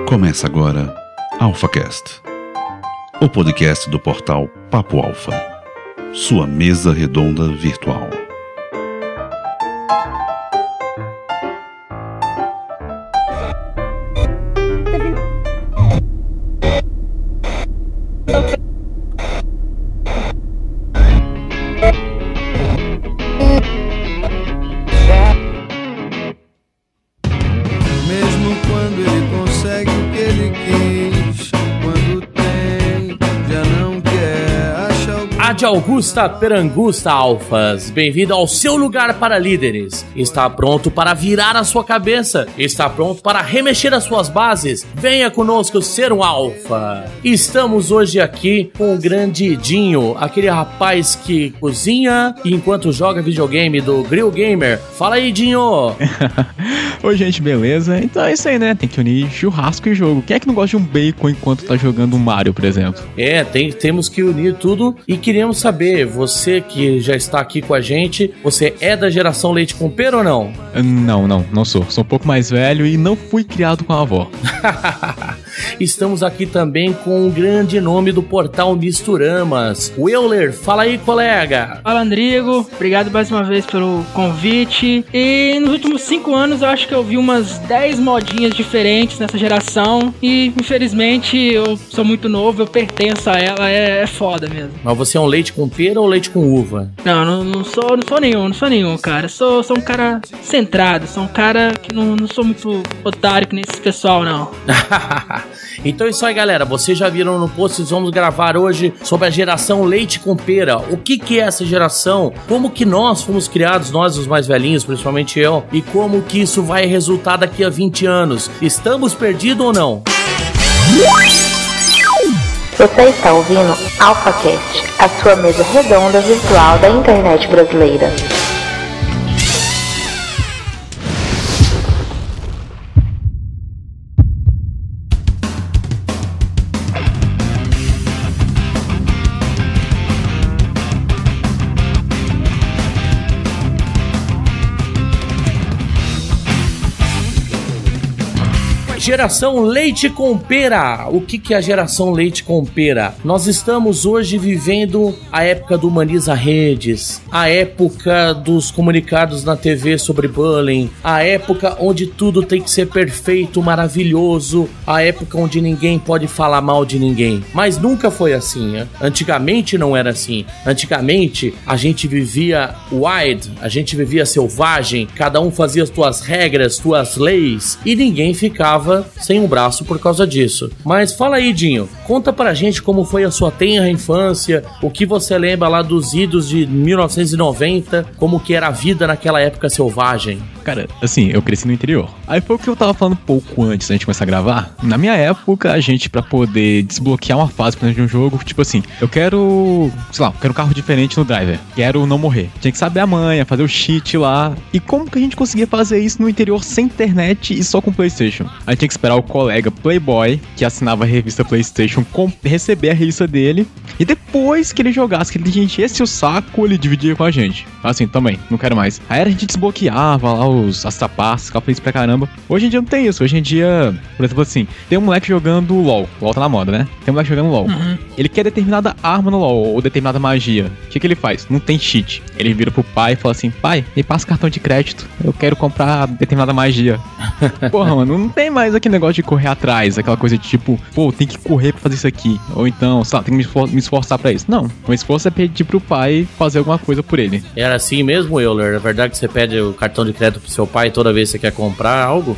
Começa agora AlphaCast, o podcast do portal Papo Alpha, sua mesa redonda virtual. Augusta Perangusta Alfas, bem-vindo ao seu lugar para líderes. Está pronto para virar a sua cabeça? Está pronto para remexer as suas bases? Venha conosco ser um alfa. Estamos hoje aqui com o grande Dinho, aquele rapaz que cozinha enquanto joga videogame do Grill Gamer. Fala aí, Dinho! Oi, gente, beleza? Então é isso aí, né? Tem que unir churrasco e jogo. Quem é que não gosta de um bacon enquanto tá jogando um Mario, por exemplo? Temos que unir tudo e queríamos saber, você que já está aqui com a gente, você é da geração leite com pera ou não? Não sou. Sou um pouco mais velho e não fui criado com a avó. Estamos aqui também com um grande nome do portal Misturamas. Euler, fala aí, colega. Fala, Andrigo. Obrigado mais uma vez pelo convite. E nos últimos 5 anos eu acho que eu vi umas 10 modinhas diferentes nessa geração. E infelizmente eu sou muito novo, eu pertenço a ela, é foda mesmo. Mas você é um leite com pera ou leite com uva? Não sou nenhum, cara. Sou um cara centrado, sou um cara que não sou muito otário que nem esse pessoal, não. Então é isso aí, galera, vocês já viram no post, vamos gravar hoje sobre a geração leite com pera. O que é essa geração? Como que nós fomos criados, nós os mais velhinhos, principalmente eu, e como que isso vai resultar daqui a 20 anos? Estamos perdidos ou não? Você está ouvindo AlphaCast, a sua mesa redonda virtual da internet brasileira. Geração leite com pera. O que é a geração leite com pera? Nós estamos hoje vivendo a época do Humaniza Redes, a época dos comunicados na TV sobre bullying, a época onde tudo tem que ser perfeito, maravilhoso, a época onde ninguém pode falar mal de ninguém. Mas nunca foi assim, né? Antigamente não era assim. Antigamente a gente vivia wild, a gente vivia selvagem, cada um fazia as suas regras, suas leis, e ninguém ficava sem um braço por causa disso. Mas fala aí, Dinho, conta pra gente como foi a sua tenra infância, o que você lembra lá dos idos de 1990, como que era a vida naquela época selvagem. Cara, assim, eu cresci no interior. Aí foi o que eu tava falando pouco antes da gente começar a gravar. Na minha época, a gente, pra poder desbloquear uma fase de um jogo, tipo assim, eu quero um carro diferente no driver, quero não morrer. Tinha que saber a manha, fazer o cheat lá. E como que a gente conseguia fazer isso no interior sem internet e só com PlayStation? A gente tinha que esperar o colega Playboy, que assinava a revista PlayStation, receber a revista dele, e depois que ele jogasse, que ele enchesse o saco, ele dividia com a gente. Assim, também, não quero mais. Aí a gente desbloqueava lá as tapas, ficava feliz pra caramba. Hoje em dia não tem isso. Hoje em dia, por exemplo assim, tem um moleque jogando LOL. LOL tá na moda, né? Tem um moleque jogando LOL. Ele quer determinada arma no LOL, ou determinada magia. O que ele faz? Não tem cheat. Ele vira pro pai e fala assim: pai, me passa cartão de crédito, eu quero comprar determinada magia. Porra, mano, não tem mais aquele negócio de correr atrás, aquela coisa de tipo, pô, tem que correr pra fazer isso aqui. Ou então, sei lá, tem que me esforçar pra isso. Não, o esforço é pedir pro pai fazer alguma coisa por ele. Era assim mesmo, Euler? É verdade que você pede o cartão de crédito pro seu pai toda vez que você quer comprar algo?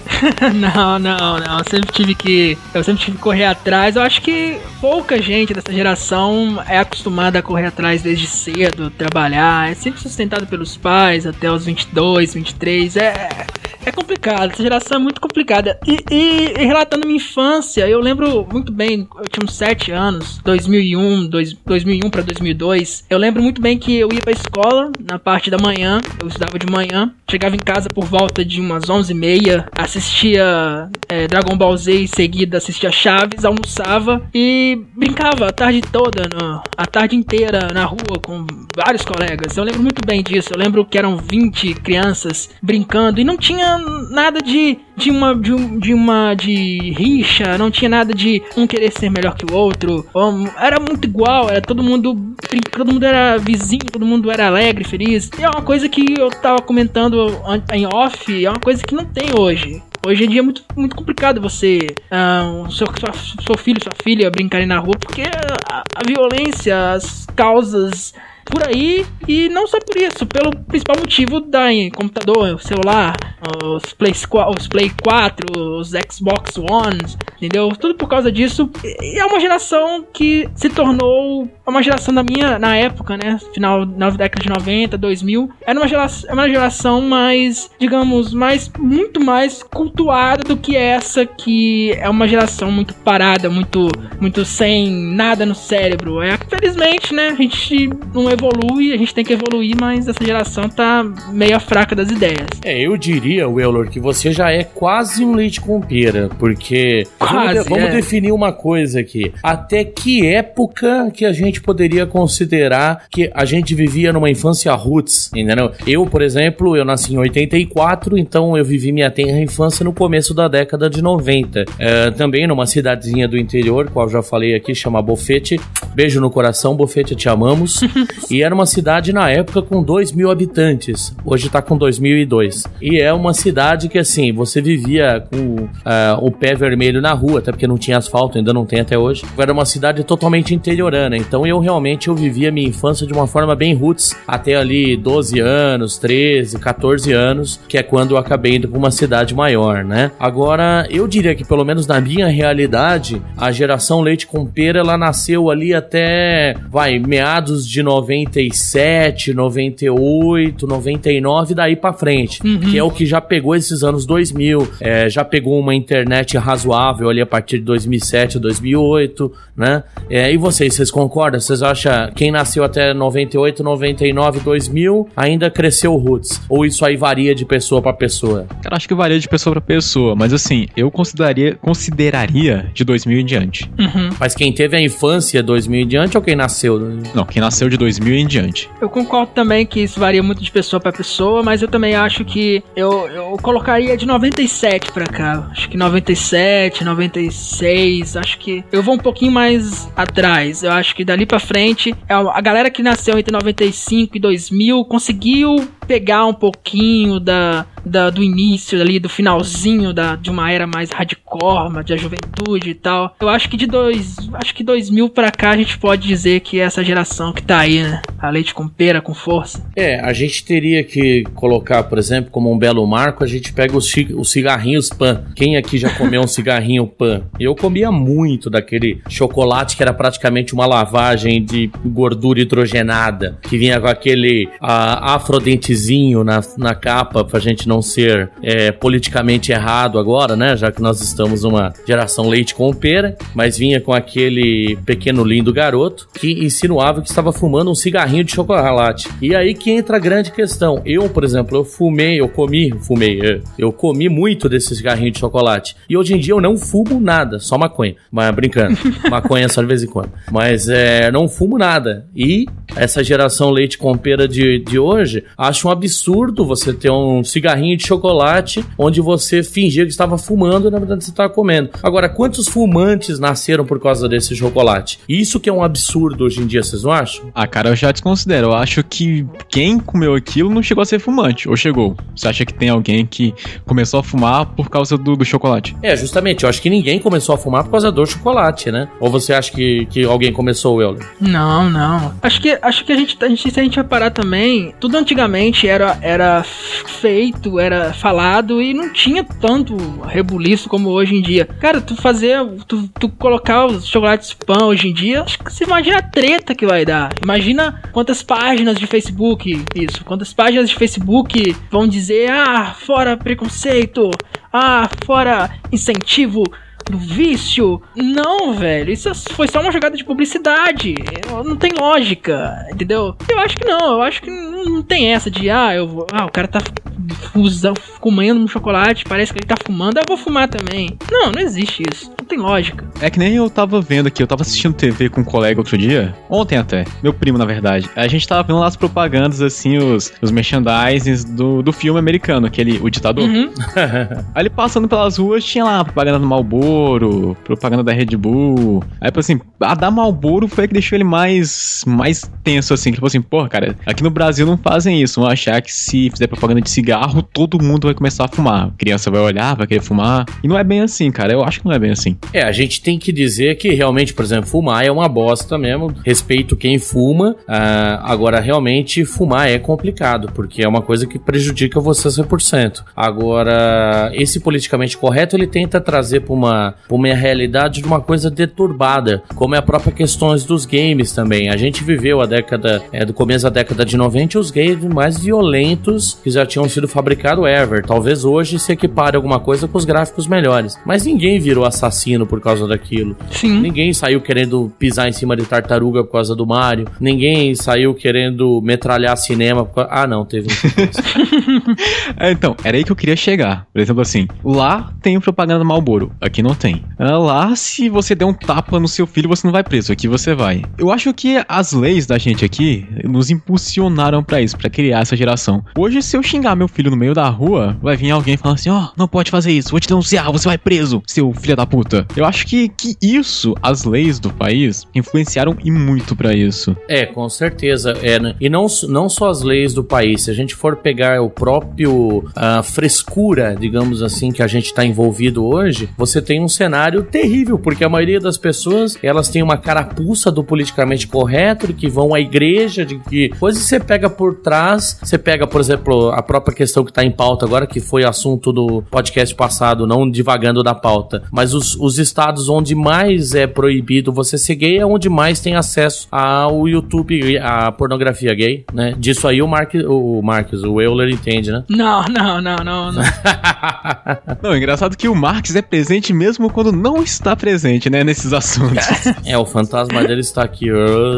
Não. Eu sempre tive que correr atrás. Eu acho que pouca gente dessa geração é acostumada a correr atrás desde cedo, trabalhar. É sempre sustentado pelos pais até os 22, 23. É complicado, essa geração é muito complicada. E relatando minha infância, eu lembro muito bem, eu tinha uns 7 anos, 2001 para 2002. Eu lembro muito bem que eu ia pra escola na parte da manhã, eu estudava de manhã, chegava em casa por volta de umas 11h30, assistia Dragon Ball Z em seguida, assistia Chaves, almoçava e brincava a tarde toda, a tarde inteira na rua com vários colegas. Eu lembro muito bem disso, eu lembro que eram 20 crianças brincando e não tinha tinha nada de rixa, não tinha nada de um querer ser melhor que o outro. Era muito igual, todo mundo era vizinho, todo mundo era alegre, feliz. E é uma coisa que eu tava comentando em off, é uma coisa que não tem hoje. Hoje em dia é muito, muito complicado você, seu filho, sua filha brincarem na rua, porque a violência, as causas por aí, e não só por isso, pelo principal motivo da computador, celular, os Play 4, os Xbox One, entendeu? Tudo por causa disso. E é uma geração que se tornou uma geração na época, né? Final da década de 90, 2000. Era uma geração mais, digamos, muito mais cultuada do que essa, que é uma geração muito parada, muito sem nada no cérebro. Felizmente, né? A gente não evolui, a gente tem que evoluir, mas essa geração tá meio fraca das ideias. Eu diria, Weller, que você já é quase um leite com pera, porque vamos definir uma coisa aqui. Até que época que a gente poderia considerar que a gente vivia numa infância roots, entendeu? Eu, por exemplo, eu nasci em 84, então eu vivi minha tenra infância no começo da década de 90. Também numa cidadezinha do interior, qual eu já falei aqui, chama Bofete. Beijo no coração, Bofete, te amamos. E era uma cidade na época com 2.000 habitantes. Hoje tá com 2002. E é uma cidade que, assim, você vivia com o pé vermelho na rua, até porque não tinha asfalto, ainda não tem até hoje. Era uma cidade totalmente interiorana. Então eu vivia minha infância de uma forma bem roots, até ali 12 anos, 13, 14 anos, que é quando eu acabei indo pra uma cidade maior, né? Agora, eu diria que pelo menos na minha realidade, a geração leite com pera, ela nasceu ali até, meados de 97, 98, 99, daí pra frente, que é o que já pegou esses anos 2000, já pegou uma internet razoável ali a partir de 2007, 2008, né? E vocês concordam? Vocês acham quem nasceu até 98, 99, 2000 ainda cresceu roots? Ou isso aí varia de pessoa pra pessoa? Cara, acho que varia de pessoa pra pessoa, mas assim, eu consideraria de 2000 em diante. Mas quem teve a infância 2000 em diante ou quem nasceu? Não, quem nasceu de 2000 em diante. Eu concordo também que isso varia muito de pessoa pra pessoa, mas eu também acho que eu colocaria de 97 pra cá. Acho que 97, 96, acho que eu vou um pouquinho mais atrás. Eu acho que dali pra frente, a galera que nasceu entre 95 e 2000 conseguiu pegar um pouquinho do início ali, do finalzinho de uma era mais hardcore, da juventude e tal. Eu acho que de 2000 pra cá a gente pode dizer que é essa geração que tá aí, né? A leite com pera, com força. A gente teria que colocar, por exemplo, como um belo marco, a gente pega os cigarrinhos Pan. Quem aqui já comeu um cigarrinho Pan? Eu comia muito daquele chocolate que era praticamente uma lavagem de gordura hidrogenada, que vinha com aquele afrodentezinho na capa, pra gente não ser politicamente errado agora, né? Já que nós estamos numa geração leite com pera, mas vinha com aquele pequeno lindo garoto que insinuava que estava fumando um cigarrinho de chocolate. E aí que entra a grande questão. Eu, por exemplo, eu comi muito desse cigarrinho de chocolate. E hoje em dia eu não fumo nada, só maconha. Mas brincando, maconha só de vez em quando. Mas não fumo nada. E essa geração leite com pera de hoje, acho um absurdo você ter um cigarrinho de chocolate onde você fingia que estava fumando e na verdade você estava comendo. Agora, quantos fumantes nasceram por causa desse chocolate? Isso que é um absurdo hoje em dia, vocês não acham? Cara, eu já desconsidero. Eu acho que quem comeu aquilo não chegou a ser fumante. Ou chegou? Você acha que tem alguém que começou a fumar por causa do chocolate? Justamente. Eu acho que ninguém começou a fumar por causa do chocolate, né? Ou você acha que alguém começou, Euler? Não. Acho que se a gente vai parar também, tudo antigamente era feito, era falado e não tinha tanto rebuliço como hoje em dia. Cara, tu colocar os chocolates Pan hoje em dia, acho que você imagina a treta que vai dar. Imagina quantas páginas de Facebook vão dizer, fora preconceito, fora incentivo do vício. Não, velho, isso foi só uma jogada de publicidade, não tem lógica, entendeu? Eu acho que não tem essa de o cara tá comendo um chocolate, parece que ele tá fumando, eu vou fumar também. Não existe isso. Não tem lógica. É que nem eu tava vendo aqui, eu tava assistindo TV com um colega outro dia, ontem até, meu primo na verdade. A gente tava vendo lá as propagandas, assim, os merchandisings do filme americano, o Ditador. Uhum. Aí ele passando pelas ruas, tinha lá propaganda do Marlboro, propaganda da Red Bull. Aí, tipo assim, a da Marlboro foi a que deixou ele mais tenso, assim, tipo assim, porra, cara, aqui no Brasil não fazem isso, vão achar que se fizer propaganda de cigarro, todo mundo vai começar a fumar. A criança vai olhar, vai querer fumar. E não é bem assim, cara, eu acho que não é bem assim. A gente tem que dizer que realmente, por exemplo, fumar é uma bosta mesmo, respeito quem fuma, agora realmente fumar é complicado, porque é uma coisa que prejudica você 100%. Agora, esse politicamente correto, ele tenta trazer para uma realidade de uma coisa deturbada, como é a própria questões dos games também. A gente viveu a década, do começo da década de 90, os games mais violentos que já tinham sido fabricados ever. Talvez hoje se equipare alguma coisa com os gráficos melhores, mas ninguém virou assassino por causa daquilo. Sim. Ninguém saiu querendo pisar em cima de tartaruga por causa do Mario. Ninguém saiu querendo metralhar cinema por causa... não, teve Então, era aí que eu queria chegar. Por exemplo, assim, lá tem propaganda do Marlboro, aqui não tem. Lá, se você der um tapa no seu filho, você não vai preso, aqui você vai. Eu acho que as leis da gente aqui nos impulsionaram pra isso, pra criar essa geração. Hoje, se eu xingar meu filho no meio da rua, vai vir alguém falando assim, não pode fazer isso, vou te denunciar, você vai preso, seu filho da puta. Eu acho que isso, as leis do país, influenciaram e muito pra isso. Com certeza. E não só as leis do país, se a gente for pegar o próprio frescura, digamos assim, que a gente tá envolvido hoje, você tem um cenário terrível, porque a maioria das pessoas, elas têm uma carapuça do politicamente correto, de que vão à igreja, de que coisas você pega por trás, você pega, por exemplo, a própria questão que tá em pauta agora, que foi assunto do podcast passado, não divagando da pauta, mas os estados onde mais é proibido você ser gay é onde mais tem acesso ao YouTube, a pornografia gay, né? Disso aí o Euler entende, né? Não. Não, é engraçado que o Marx é presente mesmo quando não está presente, né, nesses assuntos. O fantasma dele está aqui.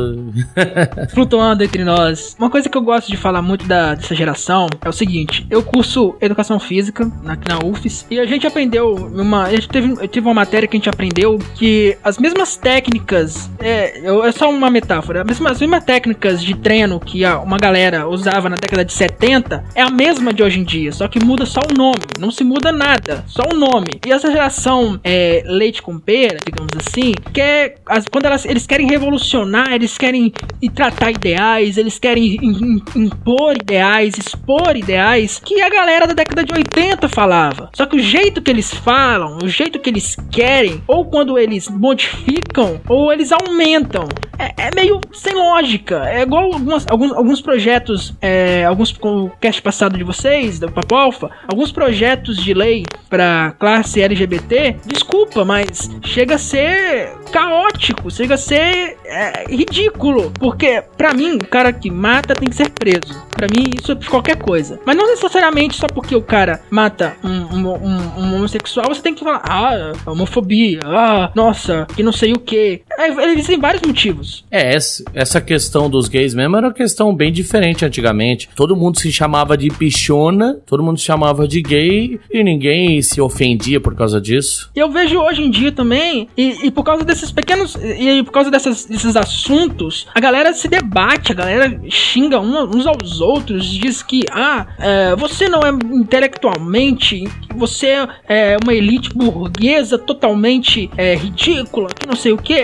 Flutuando entre nós. Uma coisa que eu gosto de falar muito dessa geração é o seguinte, eu curso Educação Física aqui na UFES, e a gente aprendeu teve uma matéria que a gente aprendeu que as mesmas técnicas, é só uma metáfora, as mesmas técnicas de treino que uma galera usava na década de 70 é a mesma de hoje em dia, só que muda só o nome, não se muda nada, só o nome. E essa geração leite com pera, digamos assim, quando eles querem revolucionar, eles querem tratar ideais, eles querem impor ideais, expor ideais que a galera da década de 80 falava. Só que o jeito que eles falam, o jeito que eles querem, ou quando eles modificam, ou eles aumentam, é meio sem lógica. É igual alguns projetos, com o cast passado de vocês, do Papo Alfa, alguns projetos de lei pra classe LGBT, desculpa, mas chega a ser caótico, chega a ser ridículo, porque pra mim o cara que mata tem que ser preso. Pra mim isso é de qualquer coisa, mas não necessariamente só porque o cara mata um homossexual você tem que falar, homofobia, nossa, que não sei o que. Existem vários motivos. Essa questão dos gays mesmo era uma questão bem diferente antigamente. Todo mundo se chamava de pichona, todo mundo se chamava de gay e ninguém se ofendia por causa disso. E eu vejo hoje em dia também, e por causa desses pequenos, e por causa desses assuntos, a galera se debate, a galera xinga uns aos outros, diz que você não é intelectualmente, você é uma elite burguesa totalmente ridícula, que não sei o que,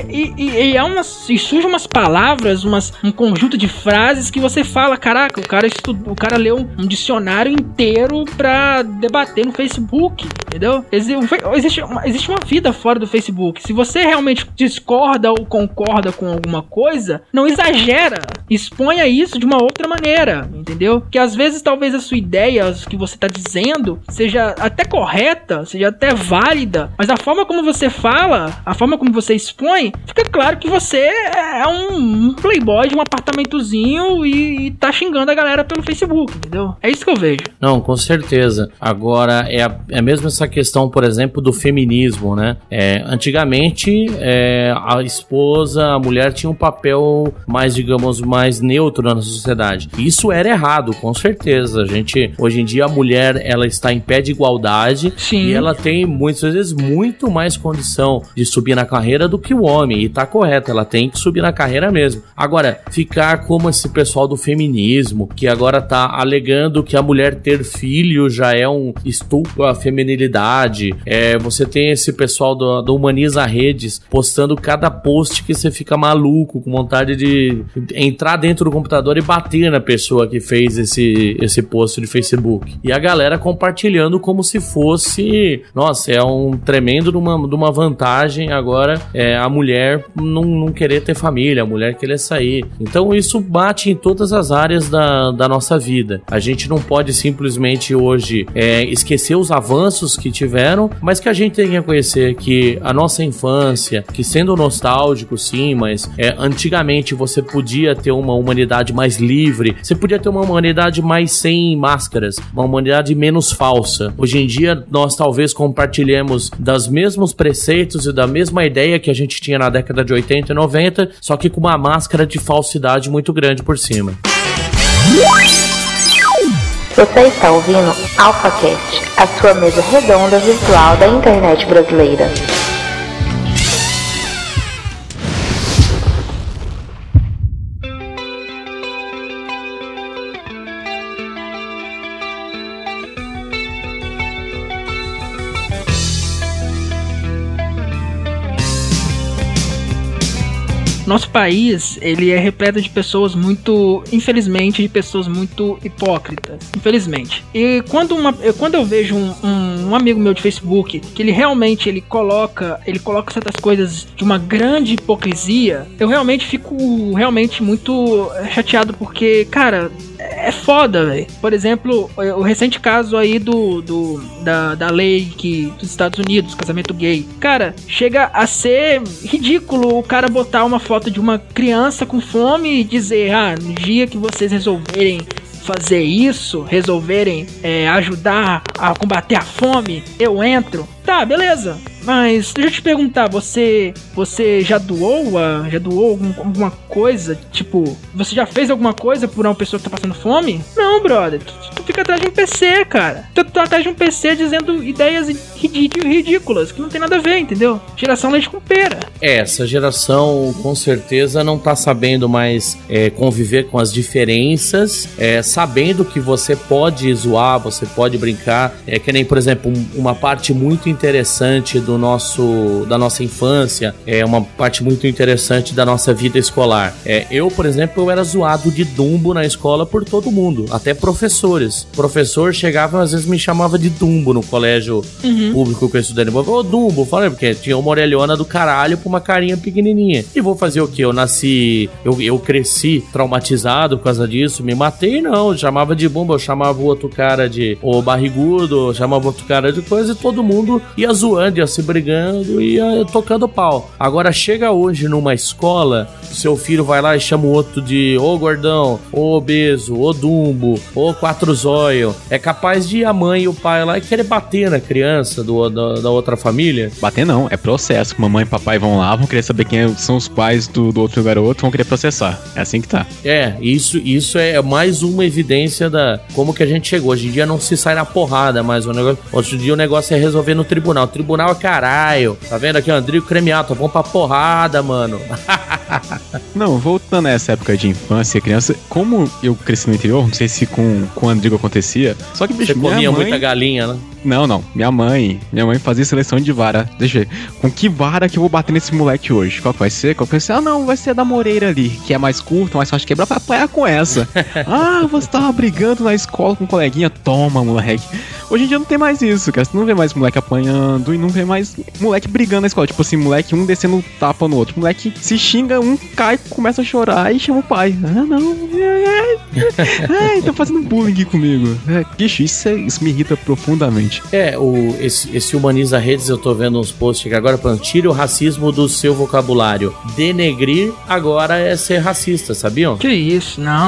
e surgem umas palavras, um conjunto de frases que você fala, caraca, o cara leu um dicionário inteiro pra debater no Facebook, entendeu? Existe uma vida fora do Facebook. Se você realmente discorda ou concorda com alguma coisa, não exagera, exponha isso de uma outra maneira, entendeu? Que às vezes talvez a sua ideia, o que você tá dizendo, seja até correta, seja até válida, mas a forma como você fala, a forma como você expõe, fica claro que você é um playboy de um apartamentozinho e tá xingando a galera pelo Facebook, entendeu? É isso que eu vejo. Não, com certeza. Agora, é mesmo essa questão, por exemplo, do feminismo, né? Antigamente, a esposa, a mulher tinha um papel mais, digamos, mais neutro na sociedade. Isso era errado, com certeza. Hoje em dia, a mulher, ela está em pé de igualdade. Sim. E ela tem, muitas vezes, muito mais condição de subir na carreira do que o homem. E tá correto, ela tem que subir na carreira mesmo. Agora, ficar como esse pessoal do feminismo, que agora tá alegando que a mulher ter filho já é um estupro à feminilidade. Você tem esse pessoal do Humaniza Redes postando cada post que você fica maluco, com vontade de entrar dentro do computador e bater na pessoa que fez esse post de Facebook. E a galera compartilhando como se fosse, nossa, é um tremendo de uma vantagem agora a mulher não querer ter família, a mulher querer sair. Então isso bate em todas as áreas da nossa vida. A gente não pode simplesmente hoje esquecer os avanços que tiveram, mas que a gente tem que conhecer que a nossa infância, que sendo nostálgico sim, mas antigamente você podia ter uma humanidade mais livre, você podia ter uma humanidade mais sem máscaras, uma humanidade menos falsa. Hoje em dia nós talvez compartilhemos dos mesmos preceitos e da mesma ideia que a gente tinha na década de 80 e 90, só que com uma máscara de falsidade muito grande por cima. Você está ouvindo AlphaCast, a sua mesa redonda virtual da internet brasileira. Nosso país, ele é repleto de pessoas muito, infelizmente, de pessoas muito hipócritas, infelizmente. E quando eu vejo um amigo meu de Facebook, que ele realmente coloca certas coisas de uma grande hipocrisia, eu realmente fico muito chateado, porque, cara, é foda, velho. Por exemplo, o recente caso aí da lei dos Estados Unidos, casamento gay. Cara, chega a ser ridículo o cara botar uma foto de uma criança com fome e dizer, no dia que vocês resolverem fazer isso, resolverem ajudar a combater a fome, eu entro. Tá, beleza. Mas deixa eu te perguntar, você já doou alguma coisa? Tipo, você já fez alguma coisa por uma pessoa que tá passando fome? Não, brother. Tu fica atrás de um PC, cara. Tu tá atrás de um PC dizendo ideias ridículas, que não tem nada a ver, entendeu? Geração leite com pera. Essa geração, com certeza, não tá sabendo mais conviver com as diferenças, sabendo que você pode zoar, você pode brincar. Que nem, por exemplo, uma parte muito interessante da nossa infância, uma parte muito interessante da nossa vida escolar. Eu, por exemplo, eu era zoado de Dumbo na escola por todo mundo, até professores. O professor chegava, às vezes me chamava de Dumbo no colégio público que eu estudei. Ô Dumbo, falei, porque tinha uma orelhona do caralho com uma carinha pequenininha. E vou fazer o quê? Eu cresci traumatizado por causa disso, me matei? Não, eu chamava de Bumbo, eu chamava o outro cara de barrigudo, eu chamava outro cara de coisa, e todo mundo ia zoando, ia se brigando, ia tocando pau. Agora chega hoje numa escola, seu filho vai lá e chama o outro de ô gordão, ô obeso, ô Dumbo, ô quatro zóio. É capaz de a mãe e o pai lá querer bater na criança da outra família. Bater não, é processo. Mamãe e papai vão lá, vão querer saber quem são os pais do outro garoto, vão querer processar. É assim que tá. Isso é mais uma evidência da como que a gente chegou. Hoje em dia não se sai na porrada mais. Hoje em dia o negócio é resolver no tribunal. O tribunal é caralho. Tá vendo aqui, Andrigo Cremiato? Vamos pra porrada, mano. Não, voltando a essa época de infância, criança, como eu cresci no interior, não sei se com o Andrigo acontecia, só que, bicho, você comia muita galinha, né? Não. Minha mãe fazia seleção de vara. Deixa eu ver. Com que vara que eu vou bater nesse moleque hoje? Qual que vai ser? Não, vai ser a da Moreira ali, que é mais curta, mais fácil de quebrar, pra apanhar com essa. Você tava brigando na escola com um coleguinha. Toma, moleque. Hoje em dia não tem mais isso, cara. Você não vê mais moleque apanhando e não vê mais moleque brigando na escola. Tipo assim, moleque um descendo tapa no outro. Moleque se xinga, um cai, começa a chorar e chama o pai. Ah, não. Tá fazendo bullying aqui comigo. Bicho, isso me irrita profundamente. Esse Humaniza Redes, eu tô vendo uns posts aqui agora falando, tire o racismo do seu vocabulário. Denegrir agora é ser racista, sabiam? Que isso? Não.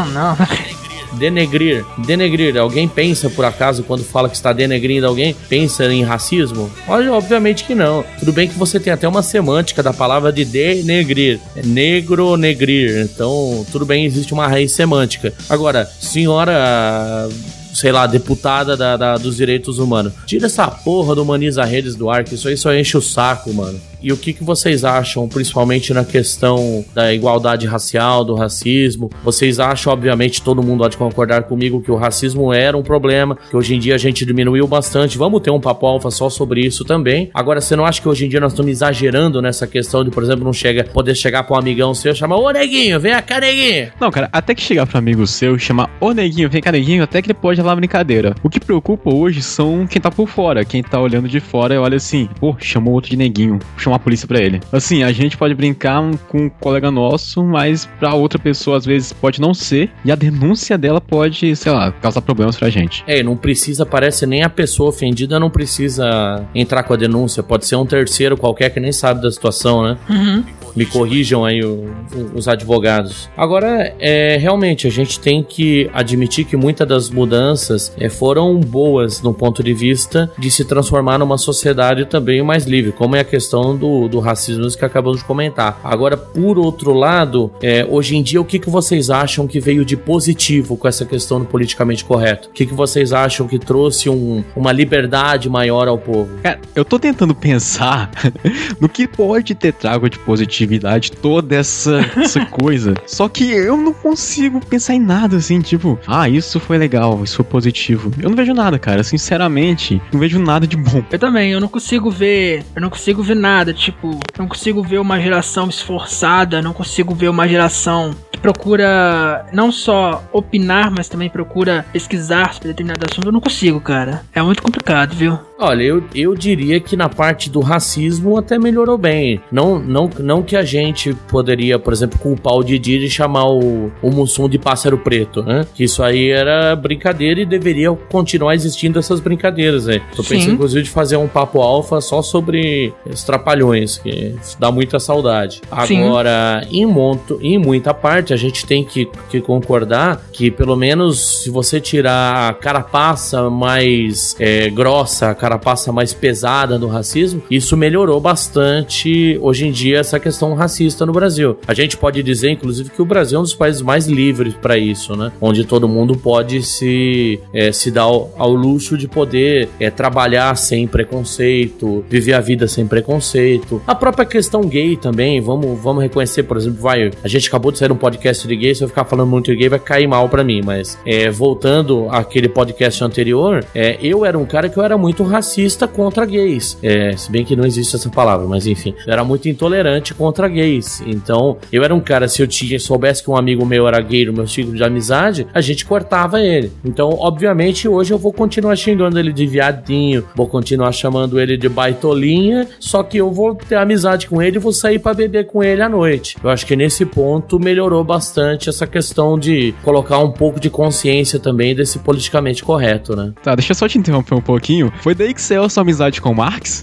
Denegrir. Alguém pensa, por acaso, quando fala que está denegrindo alguém, pensa em racismo? Olha, obviamente que não. Tudo bem que você tem até uma semântica da palavra de denegrir. É negro, negrir. Então, tudo bem, existe uma raiz semântica. Agora, senhora... sei lá, deputada dos direitos humanos. Tira essa porra do Humaniza Redes do ar, que isso aí só enche o saco, mano. E o que vocês acham, principalmente na questão da igualdade racial, do racismo? Vocês acham, obviamente, todo mundo pode concordar comigo que o racismo era um problema, que hoje em dia a gente diminuiu bastante. Vamos ter um papo alfa só sobre isso também. Agora, você não acha que hoje em dia nós estamos exagerando nessa questão de, por exemplo, poder chegar pra um amigão seu e chamar, ô neguinho, vem cá, neguinho? Não, cara, até que chegar pra um amigo seu e chamar, ô neguinho, vem cá, neguinho, até que ele pode levar brincadeira. O que preocupa hoje são quem tá por fora, quem tá olhando de fora e olha assim, pô, chamou outro de neguinho, chamar a polícia pra ele. Assim, a gente pode brincar com um colega nosso, mas pra outra pessoa às vezes pode não ser, e a denúncia dela pode, sei lá, causar problemas pra gente. Não precisa, parece nem a pessoa ofendida não precisa entrar com a denúncia, pode ser um terceiro qualquer que nem sabe da situação, né? Uhum. Me corrijam aí os advogados. Agora, realmente, a gente tem que admitir que muitas das mudanças foram boas no ponto de vista de se transformar numa sociedade também mais livre, como é a questão do racismo que acabamos de comentar. Agora, por outro lado, hoje em dia, o que vocês acham que veio de positivo com essa questão do politicamente correto? O que vocês acham que trouxe uma liberdade maior ao povo? Cara, eu tô tentando pensar no que pode ter trago de positividade toda essa coisa. Só que eu não consigo pensar em nada assim, tipo, isso foi legal, isso foi positivo. Eu não vejo nada, cara, sinceramente, não vejo nada de bom. Eu também, eu não consigo ver nada, tipo, eu não consigo ver uma geração esforçada, não consigo ver uma geração que procura não só opinar, mas também procura pesquisar sobre determinado assunto. Eu não consigo, cara. É muito complicado, viu? Olha, eu diria que na parte do racismo até melhorou bem. Não que a gente poderia, por exemplo, culpar o Didi de chamar o Mussum de pássaro preto, né? Que isso aí era brincadeira e deveria continuar existindo essas brincadeiras, né? Tô pensando, inclusive, de fazer um papo alfa só sobre os trapalhões, que dá muita saudade. Agora, em muita parte, a gente tem que concordar que, pelo menos, se você tirar a carapaça mais grossa, a carapaça mais pesada do racismo, isso melhorou bastante hoje em dia essa questão racista no Brasil. A gente pode dizer, inclusive, que o Brasil é um dos países mais livres para isso, né? Onde todo mundo pode se dar ao luxo de poder trabalhar sem preconceito, viver a vida sem preconceito. A própria questão gay também, vamos reconhecer, por exemplo, a gente acabou de sair um podcast de gay, se eu ficar falando muito de gay vai cair mal pra mim, mas voltando àquele podcast anterior, eu era um cara que eu era muito racista contra gays, se bem que não existe essa palavra, mas enfim, eu era muito intolerante contra gays, então eu era um cara, se eu soubesse que um amigo meu era gay no meu ciclo de amizade, a gente cortava ele. Então, obviamente, hoje eu vou continuar xingando ele de viadinho, vou continuar chamando ele de baitolinha, só que eu vou ter amizade com ele e vou sair pra beber com ele à noite. Eu acho que nesse ponto melhorou bastante essa questão de colocar um pouco de consciência também desse politicamente correto, né? Tá, deixa eu só te interromper um pouquinho. Foi daí que saiu a sua amizade com o Marx?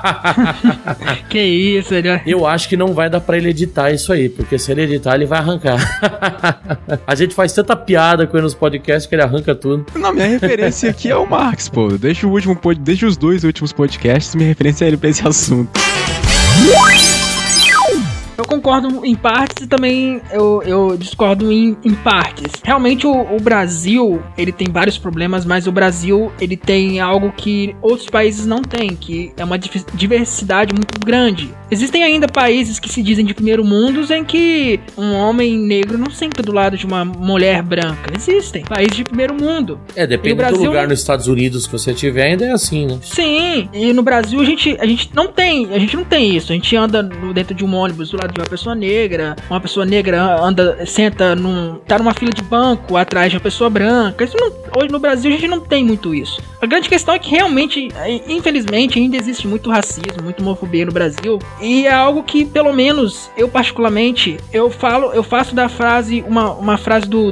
Que isso, ele... Eu acho que não vai dar pra ele editar isso aí, porque se ele editar, ele vai arrancar. A gente faz tanta piada com ele nos podcasts que ele arranca tudo. Não, minha referência aqui é o Marx, pô. Desde os 2 últimos podcasts, minha referência é ele pra esse assunto. Eu concordo em partes e também eu discordo em partes. Realmente o Brasil, ele tem vários problemas, mas o Brasil, ele tem algo que outros países não têm, que é uma diversidade muito grande. Existem ainda países que se dizem de primeiro mundo em que um homem negro não senta do lado de uma mulher branca. Existem países de primeiro mundo. Depende do lugar nos Estados Unidos que você tiver, ainda é assim, né? Sim, e no Brasil a gente não tem isso. A gente anda dentro de um ônibus do lado de uma pessoa negra senta tá numa fila de banco atrás de uma pessoa branca. Isso não, hoje no Brasil a gente não tem muito isso. A grande questão é que realmente, infelizmente, ainda existe muito racismo, muito homofobia no Brasil, e é algo que, pelo menos, eu particularmente, eu faço da frase, uma frase do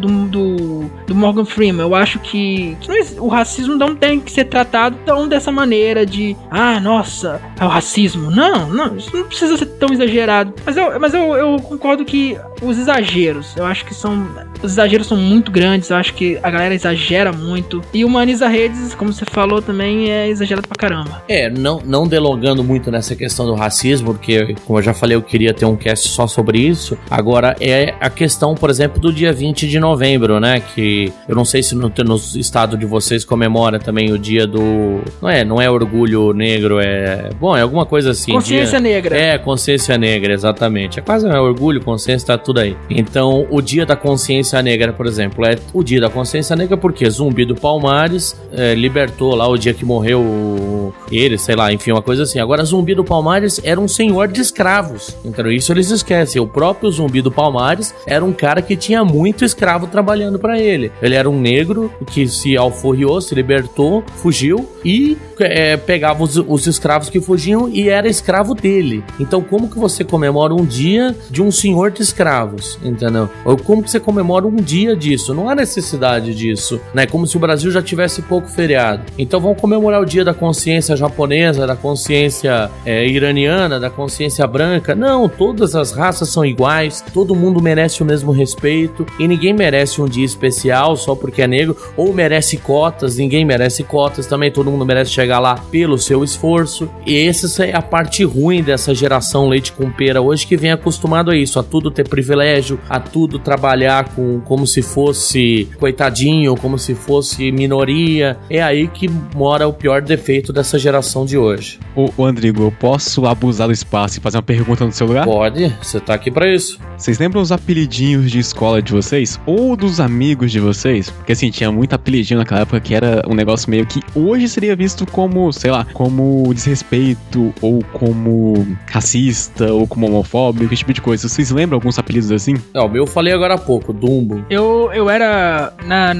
Morgan Freeman. Eu acho que o racismo não tem que ser tratado tão dessa maneira de, nossa, é o racismo. Não, isso não precisa ser tão exagerado. Mas eu concordo que os exageros, eu acho que os exageros são muito grandes, eu acho que a galera exagera muito, e o Humaniza Redes, como você falou, também é exagerado pra caramba. Não delongando muito nessa questão do racismo, porque, como eu já falei, eu queria ter um cast só sobre isso. Agora, é a questão, por exemplo, do dia 20 de novembro, né, que eu não sei se no estado de vocês comemora também o dia do... Não é orgulho negro, é alguma coisa assim. Consciência negra. Consciência negra, exatamente. É quase orgulho, consciência, tá tudo aí. Então, o dia da consciência negra, por exemplo, é o dia da consciência negra porque Zumbi do Palmares libertou lá o dia que morreu ele, sei lá, enfim, uma coisa assim. Agora, Zumbi do Palmares era um senhor de escravos. Então, isso eles esquecem. O próprio Zumbi do Palmares era um cara que tinha muito escravo trabalhando pra ele. Ele era um negro que se alforriou, se libertou, fugiu e pegava os escravos que fugiam e era escravo dele. Então, como que você comemora um dia de um senhor de escravos, entendeu? Ou como que você comemora um dia disso? Não há necessidade disso, né? Como se o Brasil já tivesse pouco feriado. Então, vamos comemorar o dia da consciência japonesa, da consciência iraniana, da consciência branca. Não, todas as raças são iguais, todo mundo merece o mesmo respeito e ninguém merece um dia especial só porque é negro, ou merece cotas, ninguém merece cotas também, todo mundo merece chegar lá pelo seu esforço. E essa é a parte ruim dessa geração leite com pera hoje, que vem acostumado a isso, a tudo ter privilégio, a tudo trabalhar como se fosse coitadinho, como se fosse minoria. É aí que mora o pior defeito dessa geração de hoje. Ô Andrigo, eu posso abusar do espaço e fazer uma pergunta no seu lugar? Pode, você tá aqui pra isso. Vocês lembram os apelidinhos de escola de vocês? Ou dos amigos de vocês? Porque assim, tinha muito apelidinho naquela época que era um negócio meio que hoje seria visto como, sei lá, como desrespeito, ou como racista, ou como homofóbico, esse tipo de coisa. Vocês lembram alguns apelidos assim? O meu eu falei agora há pouco, Dumbo. Eu era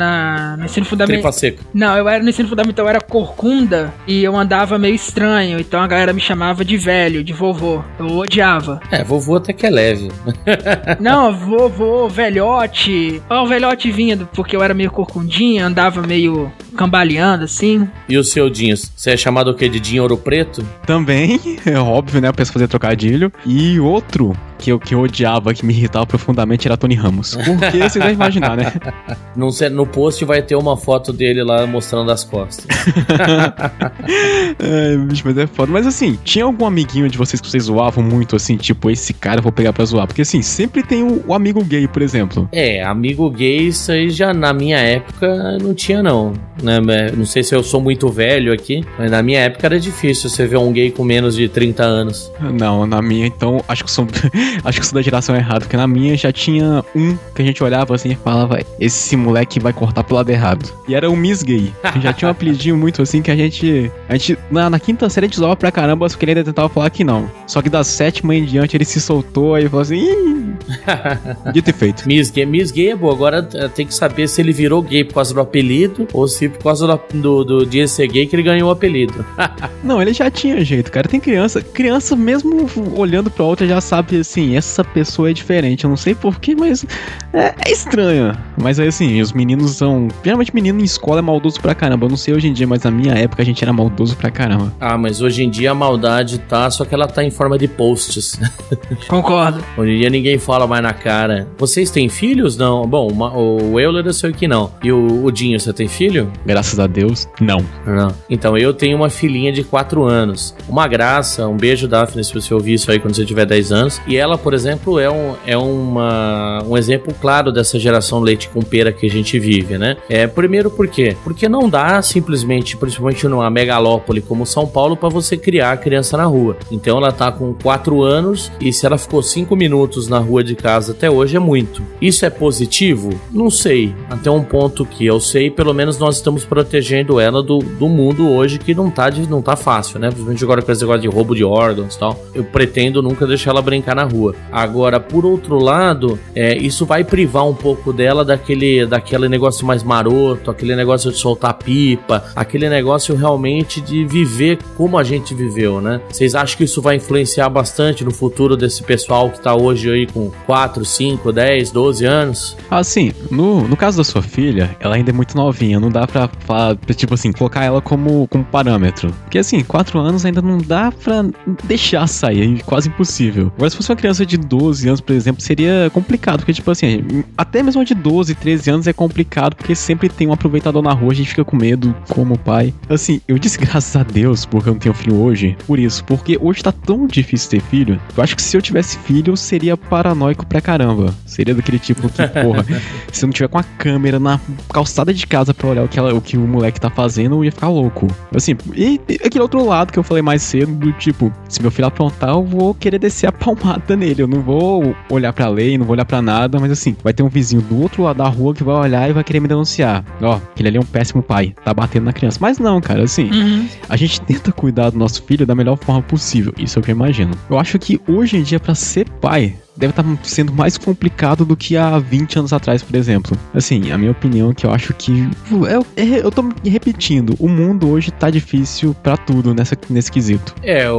no ensino fundamental. Tripa seca. Não, eu era no ensino fundamental, eu era corcunda e eu andava meio estranho, então a galera me chamava de velho, de vovô. Eu odiava. Vovô até que é leve. Não, vovô, velhote. O velhote vinha porque eu era meio corcundinha, andava meio cambaleando assim. E o seu Dinho? Você é chamado o quê? De Dinho Ouro Preto? Também, é óbvio, né? A pessoa fazia trocadilho. E outro que eu odiava, que me irritava profundamente, era Tony Ramos. Porque vocês devem imaginar, né? No post vai ter uma foto dele lá mostrando as costas. Bicho, mas é foda. Mas assim, tinha algum amiguinho de vocês que vocês zoavam muito, assim, tipo, esse cara eu vou pegar pra zoar? Porque assim, sempre tem o amigo gay, por exemplo. Amigo gay, isso aí já na minha época não tinha não, né? Não sei se eu sou muito velho aqui, mas na minha época era difícil você ver um gay com menos de 30 anos. Não, na minha, então, acho que eu sou da geração errada, porque na minha já tinha um que a gente olhava assim e falava, esse moleque vai cortar pro lado errado. E era o Miss Gay. Já tinha um apelidinho muito assim que a gente na quinta série a gente zoava pra caramba, só que ele ainda tentava falar que não. Só que da 7ª em diante ele se soltou e falou assim, dito e feito. Miss Gay é boa, agora tem que saber se ele virou gay por causa do apelido ou se por causa do dia ser gay que ele ganhou o apelido. Não, ele já tinha jeito, cara. Tem criança mesmo olhando pra outra já sabe assim, essa pessoa é diferente. Eu não sei porquê, mas é estranho. Mas aí assim, os meninos são... Geralmente menino em escola é maldoso pra caramba. Eu não sei hoje em dia, mas na minha época a gente era maldoso pra caramba. Mas hoje em dia a maldade só que ela tá em forma de posts. Concordo. Hoje em dia ninguém fala mais na cara. Vocês têm filhos? Não. Bom, o Euler eu sei que não. E o Dinho, você tem filho? Graças a Deus, não. Então, eu tenho uma filhinha de 4 anos. Uma graça, um beijo, Daphne, se você ouvir isso aí quando você tiver 10 anos. E ela, por exemplo, é um exemplo claro dessa geração leite com pera que a gente vive, né? Primeiro, por quê? Porque não dá simplesmente, principalmente numa megalópole como São Paulo, pra você criar a criança na rua. Então, ela tá com 4 anos e se ela ficou 5 minutos na rua de casa até hoje, é muito. Isso é positivo? Não sei. Até um ponto que eu sei, pelo menos nós estamos protegendo ela do mundo hoje que não tá fácil, né? Principalmente agora com esse negócio de roubo de órgãos e tal. Eu pretendo nunca deixar ela brincar na rua. Agora, por outro lado, isso vai privar um pouco dela daquele negócio mais maroto, aquele negócio de soltar pipa, aquele negócio realmente de viver como a gente viveu, né? Vocês acham que isso vai influenciar bastante no futuro desse pessoal que tá hoje aí com 4, 5, 10, 12 anos? Assim, no caso da sua filha, ela ainda é muito novinha, não dá pra falar, tipo assim, colocar ela como parâmetro. Porque assim, 4 anos ainda não dá pra deixar sair, é quase impossível. Agora, se fosse uma criança de 12 anos, por exemplo, seria complicado, porque tipo assim, até mesmo de 12, 13 anos é complicado, porque sempre tem um aproveitador na rua, a gente fica com medo, como pai. Assim, eu disse graças a Deus, porque eu não tenho filho hoje, por isso, porque hoje tá tão difícil ter filho, eu acho que se eu tivesse filho, eu seria paranoico pra caramba. Seria daquele tipo que, porra, se eu não tiver com a câmera na calçada de casa pra olhar o que o moleque tá fazendo, eu ia ficar louco. Assim, e aquele outro lado que eu falei mais cedo, do tipo, se meu filho aprontar, eu vou querer descer a palmada nele, eu não vou olhar pra lei, não vou olhar pra nada, mas assim, vai ter um vizinho do outro lado da rua que vai olhar e vai querer me denunciar. Ó, aquele ali é um péssimo pai, tá batendo na criança. Mas não, cara, assim, a gente tenta cuidar do nosso filho da melhor forma possível, isso é o que eu imagino. Eu acho que hoje em dia, pra ser pai, deve estar sendo mais complicado do que há 20 anos atrás, por exemplo. Assim, a minha opinião é que eu acho que... Eu tô me repetindo. O mundo hoje tá difícil pra tudo nesse quesito.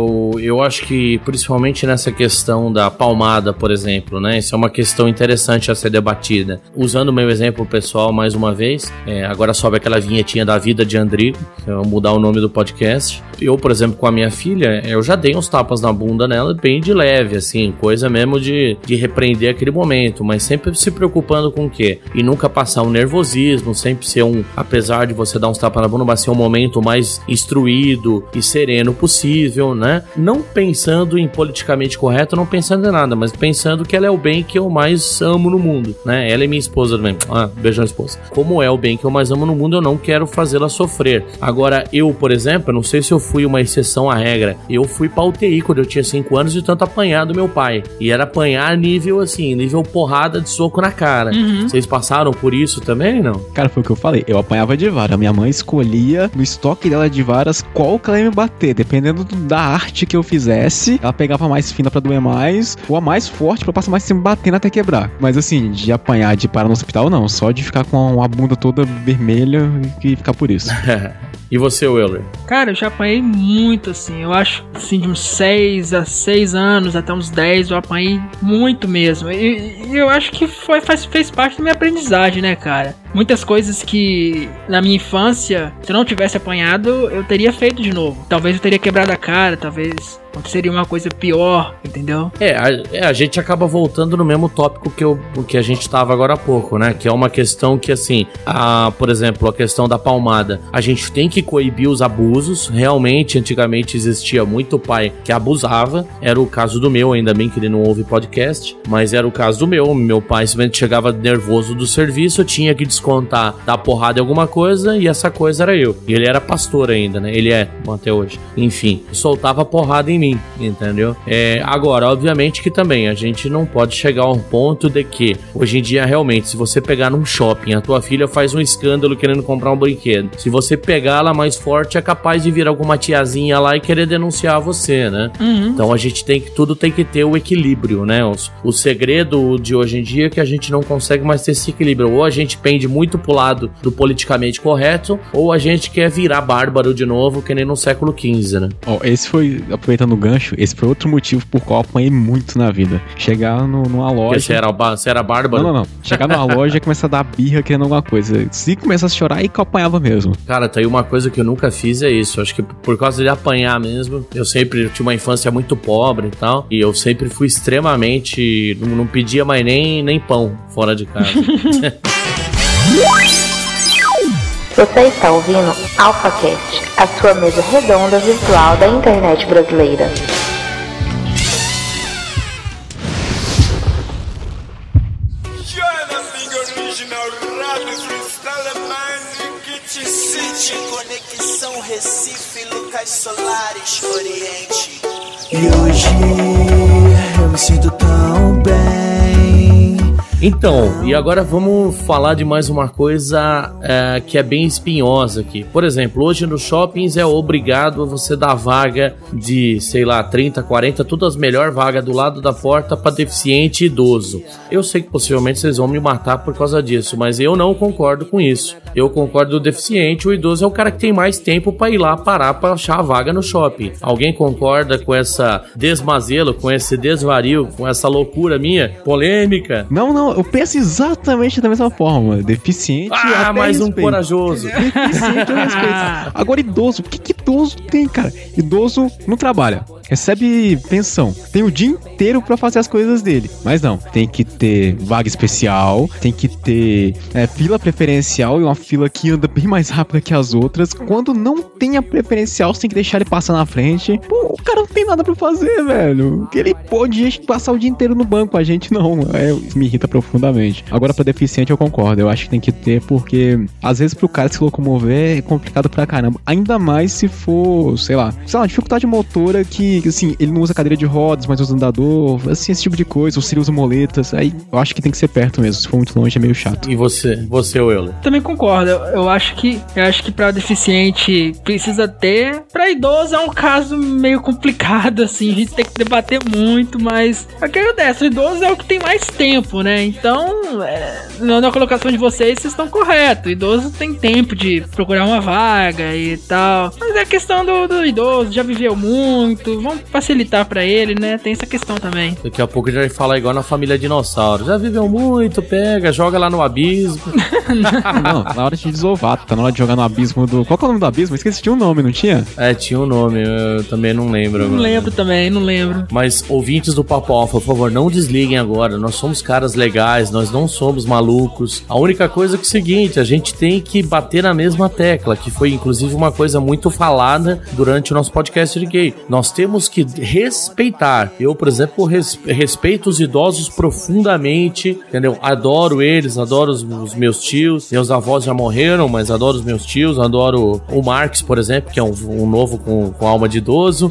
Eu acho que, principalmente nessa questão da palmada, por exemplo, né? Isso é uma questão interessante a ser debatida. Usando o meu exemplo pessoal, mais uma vez, agora sobe aquela vinhetinha da vida de Andrigo. Eu vou mudar o nome do podcast. Eu, por exemplo, com a minha filha, eu já dei uns tapas na bunda nela, bem de leve, assim, coisa mesmo de repreender aquele momento, mas sempre se preocupando com o quê? E nunca passar um nervosismo, sempre ser apesar de você dar uns tapas na bunda, vai ser um momento mais instruído e sereno possível, né? Não pensando em politicamente correto, não pensando em nada, mas pensando que ela é o bem que eu mais amo no mundo, né? Ela é minha esposa também. Beijão, esposa. Como é o bem que eu mais amo no mundo, eu não quero fazê-la sofrer. Agora, eu, por exemplo, eu não sei se eu fui uma exceção à regra, eu fui pra UTI quando eu tinha 5 anos de tanto apanhar do meu pai. E era apanhar nível assim, nível porrada de soco na cara. Vocês passaram por isso também, não? Cara, foi o que eu falei, eu apanhava de vara, minha mãe escolhia no estoque dela de varas qual que ela ia me bater, dependendo da arte que eu fizesse, ela pegava a mais fina pra doer mais, ou a mais forte pra passar mais tempo batendo até quebrar. Mas assim, de apanhar, de parar no hospital, não, só de ficar com a bunda toda vermelha e ficar por isso. E você, Euler? Cara, eu já apanhei muito, assim. Eu acho, assim, de uns 6 a 6 anos até uns 10, eu apanhei muito mesmo. E eu acho que fez parte da minha aprendizagem, né, cara? Muitas coisas que, na minha infância, se eu não tivesse apanhado, eu teria feito de novo. Talvez eu teria quebrado a cara, talvez seria uma coisa pior, entendeu? A gente acaba voltando no mesmo tópico que a gente tava agora há pouco, né? Que é uma questão que, assim, por exemplo, a questão da palmada. A gente tem que coibir os abusos. Realmente, antigamente existia muito pai que abusava. Era o caso do meu, ainda bem que ele não ouve podcast, mas era o caso do meu. Meu pai simplesmente chegava nervoso do serviço, eu tinha que descontar, dar porrada em alguma coisa, e essa coisa era eu. E ele era pastor ainda, né? Ele é, até hoje. Enfim, soltava porrada em mim, entendeu? Agora, obviamente que também a gente não pode chegar a um ponto de que, hoje em dia, realmente, se você pegar num shopping, a tua filha faz um escândalo querendo comprar um brinquedo. Se você pegar ela mais forte, é capaz de vir alguma tiazinha lá e querer denunciar você, né? Então a gente tudo tem que ter o equilíbrio, né? O segredo de hoje em dia é que a gente não consegue mais ter esse equilíbrio. Ou a gente pende muito pro lado do politicamente correto, ou a gente quer virar bárbaro de novo, que nem no século XV, né? Esse foi, aproveitando o gancho, esse foi outro motivo por qual eu apanhei muito na vida. Chegar numa loja... Você era bárbaro? Não. Chegar numa loja e começar a dar birra querendo alguma coisa. Se começasse a chorar, aí que eu apanhava mesmo. Cara, tá aí uma coisa que eu nunca fiz, é isso. Acho que por causa de apanhar mesmo, eu tinha uma infância muito pobre e tal, e eu sempre fui extremamente... Não pedia mais nem pão fora de casa. Você está ouvindo AlphaCast, a sua mesa redonda virtual da internet brasileira. Conexão Recife, Lucas Solares, Oriente. E hoje eu me sinto tão bem. Então, e agora vamos falar de mais uma coisa que é bem espinhosa aqui. Por exemplo, hoje nos shoppings é obrigado a você dar vaga de, sei lá, 30, 40, todas as melhores vagas do lado da porta para deficiente e idoso. Eu sei que possivelmente vocês vão me matar por causa disso, mas eu não concordo com isso. Eu concordo do deficiente, o idoso é o cara que tem mais tempo para ir lá parar para achar a vaga no shopping. Alguém concorda com essa desmazelo, com esse desvario, com essa loucura minha? Polêmica? Não, eu penso exatamente da mesma forma. Deficiente até mais respeito. Um corajoso. Deficiente eu respeito. Agora idoso, o que idoso tem, cara? Idoso não trabalha, recebe pensão, tem o dia inteiro pra fazer as coisas dele, mas não, tem que ter vaga especial, tem que ter fila preferencial e uma fila que anda bem mais rápida que as outras. Quando não tem a preferencial, você tem que deixar ele passar na frente. Pô, o cara não tem nada pra fazer, velho. Ele pode passar o dia inteiro no banco, a gente não. Isso me irrita profundamente. Agora, pra deficiente eu concordo, eu acho que tem que ter, porque às vezes pro cara se locomover é complicado pra caramba, ainda mais se for, sei lá, uma dificuldade motora que, assim, ele não usa cadeira de rodas, mas usa andador, assim, esse tipo de coisa, ou se ele usa moletas, aí eu acho que tem que ser perto mesmo, se for muito longe é meio chato. E você Euler? Também concordo, eu acho que pra deficiente precisa ter, pra idoso é um caso meio complicado, assim, a gente tem que debater muito, mas o que acontece, o idoso é o que tem mais tempo, né, então, na colocação de vocês estão corretos, o idoso tem tempo de procurar uma vaga e tal, mas é a questão do idoso, já viveu muito, vamos facilitar pra ele, né? Tem essa questão também. Daqui a pouco a gente vai falar igual na família dinossauro. Já viveu muito, pega, joga lá no abismo. Não, na hora de desovar, tá na hora de jogar no abismo do... Qual que é o nome do abismo? Esqueci, tinha um nome, não tinha? Tinha um nome, eu também não lembro. Não lembro também, não lembro. Mas ouvintes do Papo Alfa, por favor, não desliguem agora. Nós somos caras legais, nós não somos malucos. A única coisa é que é o seguinte, a gente tem que bater na mesma tecla, que foi inclusive uma coisa muito falada durante o nosso podcast de gay. Nós temos que respeitar. Eu, por exemplo, respeito os idosos profundamente, entendeu? Adoro eles, adoro os meus tios. Meus avós já morreram, mas adoro os meus tios. Adoro o Marx, por exemplo, que é um novo com alma de idoso.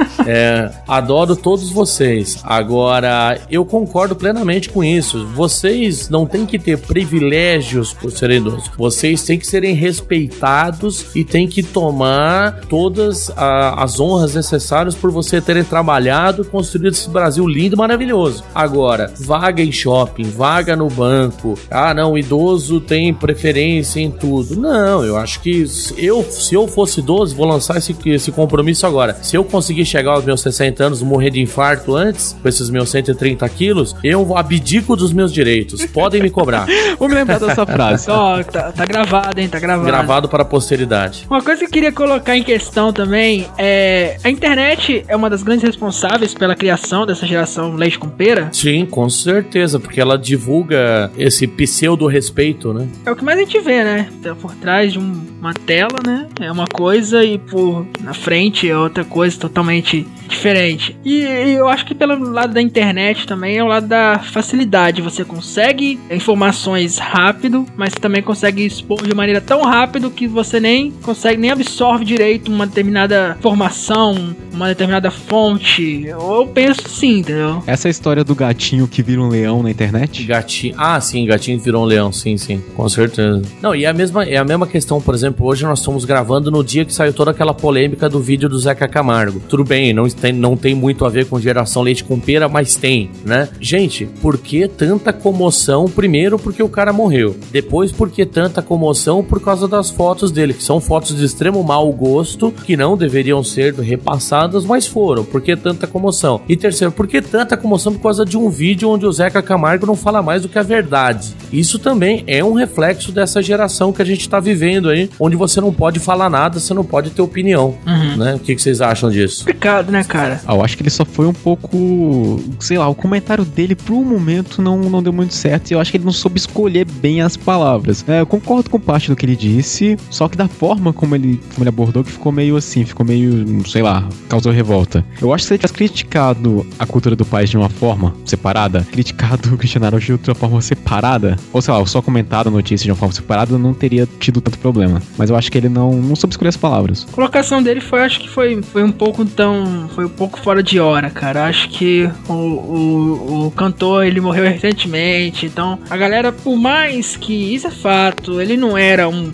Adoro todos vocês. Agora, eu concordo plenamente com isso. Vocês não têm que ter privilégios por serem idosos. Vocês têm que serem respeitados e têm que tomar todas as honras necessárias por você terem trabalhado e construído esse Brasil lindo e maravilhoso. Agora, vaga em shopping, vaga no banco, não, o idoso tem preferência em tudo. Não, eu acho que se eu fosse idoso, vou lançar esse compromisso agora. Se eu conseguir chegar aos meus 60 anos, morrer de infarto antes, com esses meus 130 quilos, eu abdico dos meus direitos. Podem me cobrar. Vou me lembrar dessa frase. Tá gravado, hein? Tá gravado. Gravado para a posteridade. Uma coisa que eu queria colocar em questão também é... A internet é uma das grandes responsáveis pela criação dessa geração leite com pera? Sim, com certeza, porque ela divulga esse pseudo-respeito, né? É o que mais a gente vê, né? Por trás de uma tela, né? É uma coisa e na frente é outra coisa totalmente diferente. E eu acho que pelo lado da internet também é o lado da facilidade. Você consegue informações rápido, mas também consegue expor de maneira tão rápido que você nem absorve direito uma determinada informação, uma determinada fonte. Eu penso sim, entendeu? Essa é a história do gatinho que vira um leão na internet? Gatinho que virou um leão, sim, com certeza. Não, e é a mesma questão, por exemplo, hoje nós estamos gravando no dia que saiu toda aquela polêmica do vídeo do Zeca Camargo. Tudo bem, não tem muito a ver com geração leite com pera, mas tem, né? Gente, por que tanta comoção? Primeiro, porque o cara morreu. Depois, porque tanta comoção por causa das fotos dele, que são fotos de extremo mau gosto, que não deveriam ser repassadas, mas foram. Por que tanta comoção? E terceiro, por que tanta comoção por causa de um vídeo onde o Zeca Camargo não fala mais do que a verdade? Isso também é um reflexo dessa geração que a gente tá vivendo aí, onde você não pode falar nada, você não pode ter opinião, né? O que vocês acham disso? Complicado, né, cara? Eu acho que ele só foi um pouco, sei lá, o comentário dele pro momento não deu muito certo e eu acho que ele não soube escolher bem as palavras. Eu concordo com parte do que ele disse, só que da forma como ele abordou que ficou meio assim, sei lá, causou revolta. Eu acho que se ele tivesse criticado a cultura do país de uma forma separada, criticado o Cristiano Ronaldo de outra forma separada, ou sei lá, só comentado a notícia de uma forma separada, não teria tido tanto problema. Mas eu acho que ele não soube escolher as palavras. A colocação dele acho que foi um pouco tão um pouco fora de hora, cara. Acho que o cantor, ele morreu recentemente, então a galera, por mais que isso é fato, ele era um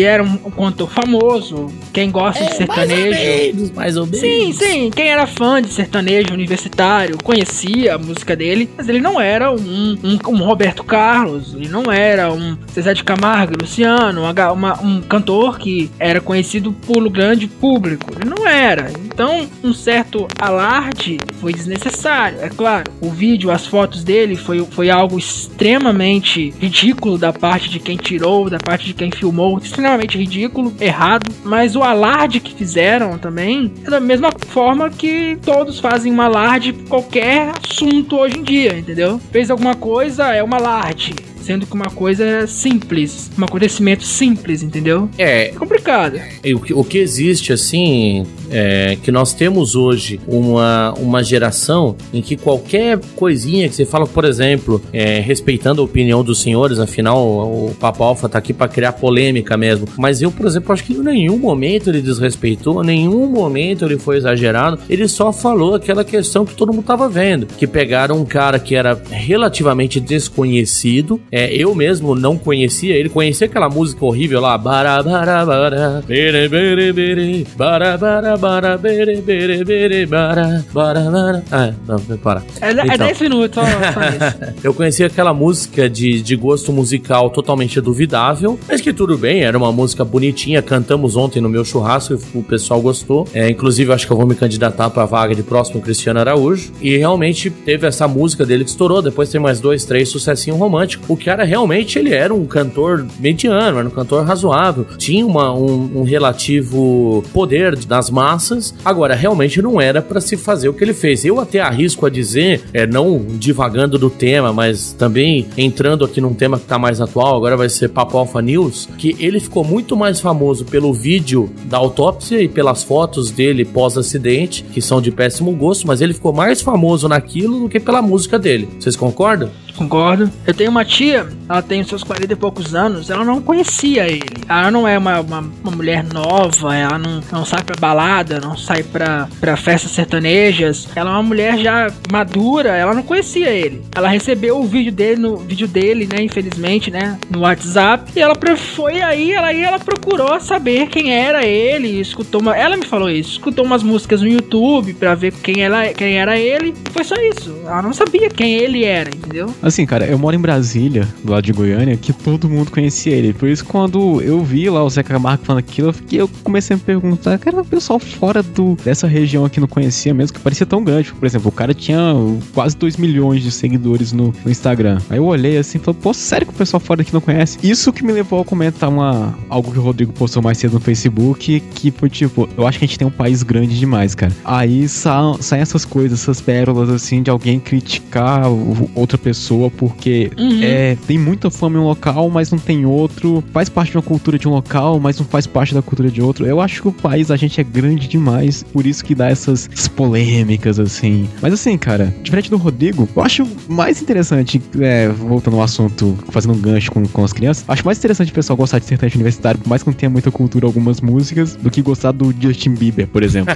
cantor famoso. Quem gosta de sertanejo, mais ou menos. Sim, quem era fã de sertanejo universitário conhecia a música dele, mas ele não era um Roberto Carlos, ele não era um Zezé de Camargo, Luciano, um cantor que era conhecido por um grande público. Ele não era. Então, um certo alarde foi desnecessário. É claro, o vídeo, as fotos dele foi algo extremamente ridículo da parte de quem tirou, da parte de quem filmou, extremamente ridículo, errado, mas o alarde que fizeram também é da mesma forma que todos fazem um alarde por qualquer assunto hoje em dia, entendeu? Fez alguma coisa, é um alarde. Sendo que uma coisa é simples, um acontecimento simples, entendeu? É complicado. O que existe, assim, é que nós temos hoje uma geração em que qualquer coisinha que você fala, por exemplo, respeitando a opinião dos senhores, afinal o Papo Alfa tá aqui pra criar polêmica mesmo, mas eu, por exemplo, acho que em nenhum momento ele desrespeitou, em nenhum momento ele foi exagerado, ele só falou aquela questão que todo mundo tava vendo, que pegaram um cara que era relativamente desconhecido. Eu mesmo não conhecia ele, conhecia aquela música horrível lá, bara bara bara, bere bere bere, bara bara bara, bere bere bere, bara bara bara. Não, para. É 10 minutos, só isso. Eu conhecia aquela música de gosto musical totalmente duvidável, mas que tudo bem, era uma música bonitinha, cantamos ontem no meu churrasco, o pessoal gostou. Inclusive, acho que eu vou me candidatar pra vaga de próximo Cristiano Araújo, e realmente teve essa música dele que estourou, depois tem mais 2, 3 sucessinhos românticos. O cara realmente ele era um cantor mediano, era um cantor razoável, tinha um relativo poder nas massas. Agora, realmente não era pra se fazer o que ele fez. Eu até arrisco a dizer, não divagando do tema, mas também entrando aqui num tema que tá mais atual, agora vai ser Papo Alfa News, que ele ficou muito mais famoso pelo vídeo da autópsia e pelas fotos dele pós-acidente, que são de péssimo gosto, mas ele ficou mais famoso naquilo do que pela música dele. Vocês concordam? Concordo. Eu tenho uma tia, ela tem os seus 40 e poucos anos, ela não conhecia ele. Ela não é uma mulher nova, ela não sai pra balada, não sai pra festas sertanejas. Ela é uma mulher já madura, ela não conhecia ele. Ela recebeu o vídeo dele, né, infelizmente, né, no WhatsApp, e ela foi aí, ela procurou saber quem era ele, ela me falou isso, escutou umas músicas no YouTube pra ver quem era ele, foi só isso. Ela não sabia quem ele era, entendeu? Assim, cara, eu moro em Brasília, do lado de Goiânia, que todo mundo conhecia ele. Por isso, quando eu vi lá o Zé Camargo falando aquilo, eu comecei a me perguntar, cara, o pessoal fora dessa região aqui não conhecia mesmo, que parecia tão grande. Por exemplo, o cara tinha quase 2 milhões de seguidores no Instagram. Aí eu olhei assim e falei, pô, sério que o pessoal fora daqui não conhece? Isso que me levou a comentar algo que o Rodrigo postou mais cedo no Facebook, que foi tipo, eu acho que a gente tem um país grande demais, cara. Aí saem essas coisas, essas pérolas assim, de alguém criticar outra pessoa porque tem muita fama em um local, mas não tem outro, faz parte de uma cultura de um local, mas não faz parte da cultura de outro. Eu acho que o país, a gente é grande demais, por isso que dá essas polêmicas, assim. Mas assim, cara, diferente do Rodrigo, eu acho mais interessante, voltando ao assunto, fazendo um gancho com as crianças, acho mais interessante o pessoal gostar de sertanejo universitário, por mais que não tenha muita cultura algumas músicas, do que gostar do Justin Bieber, por exemplo.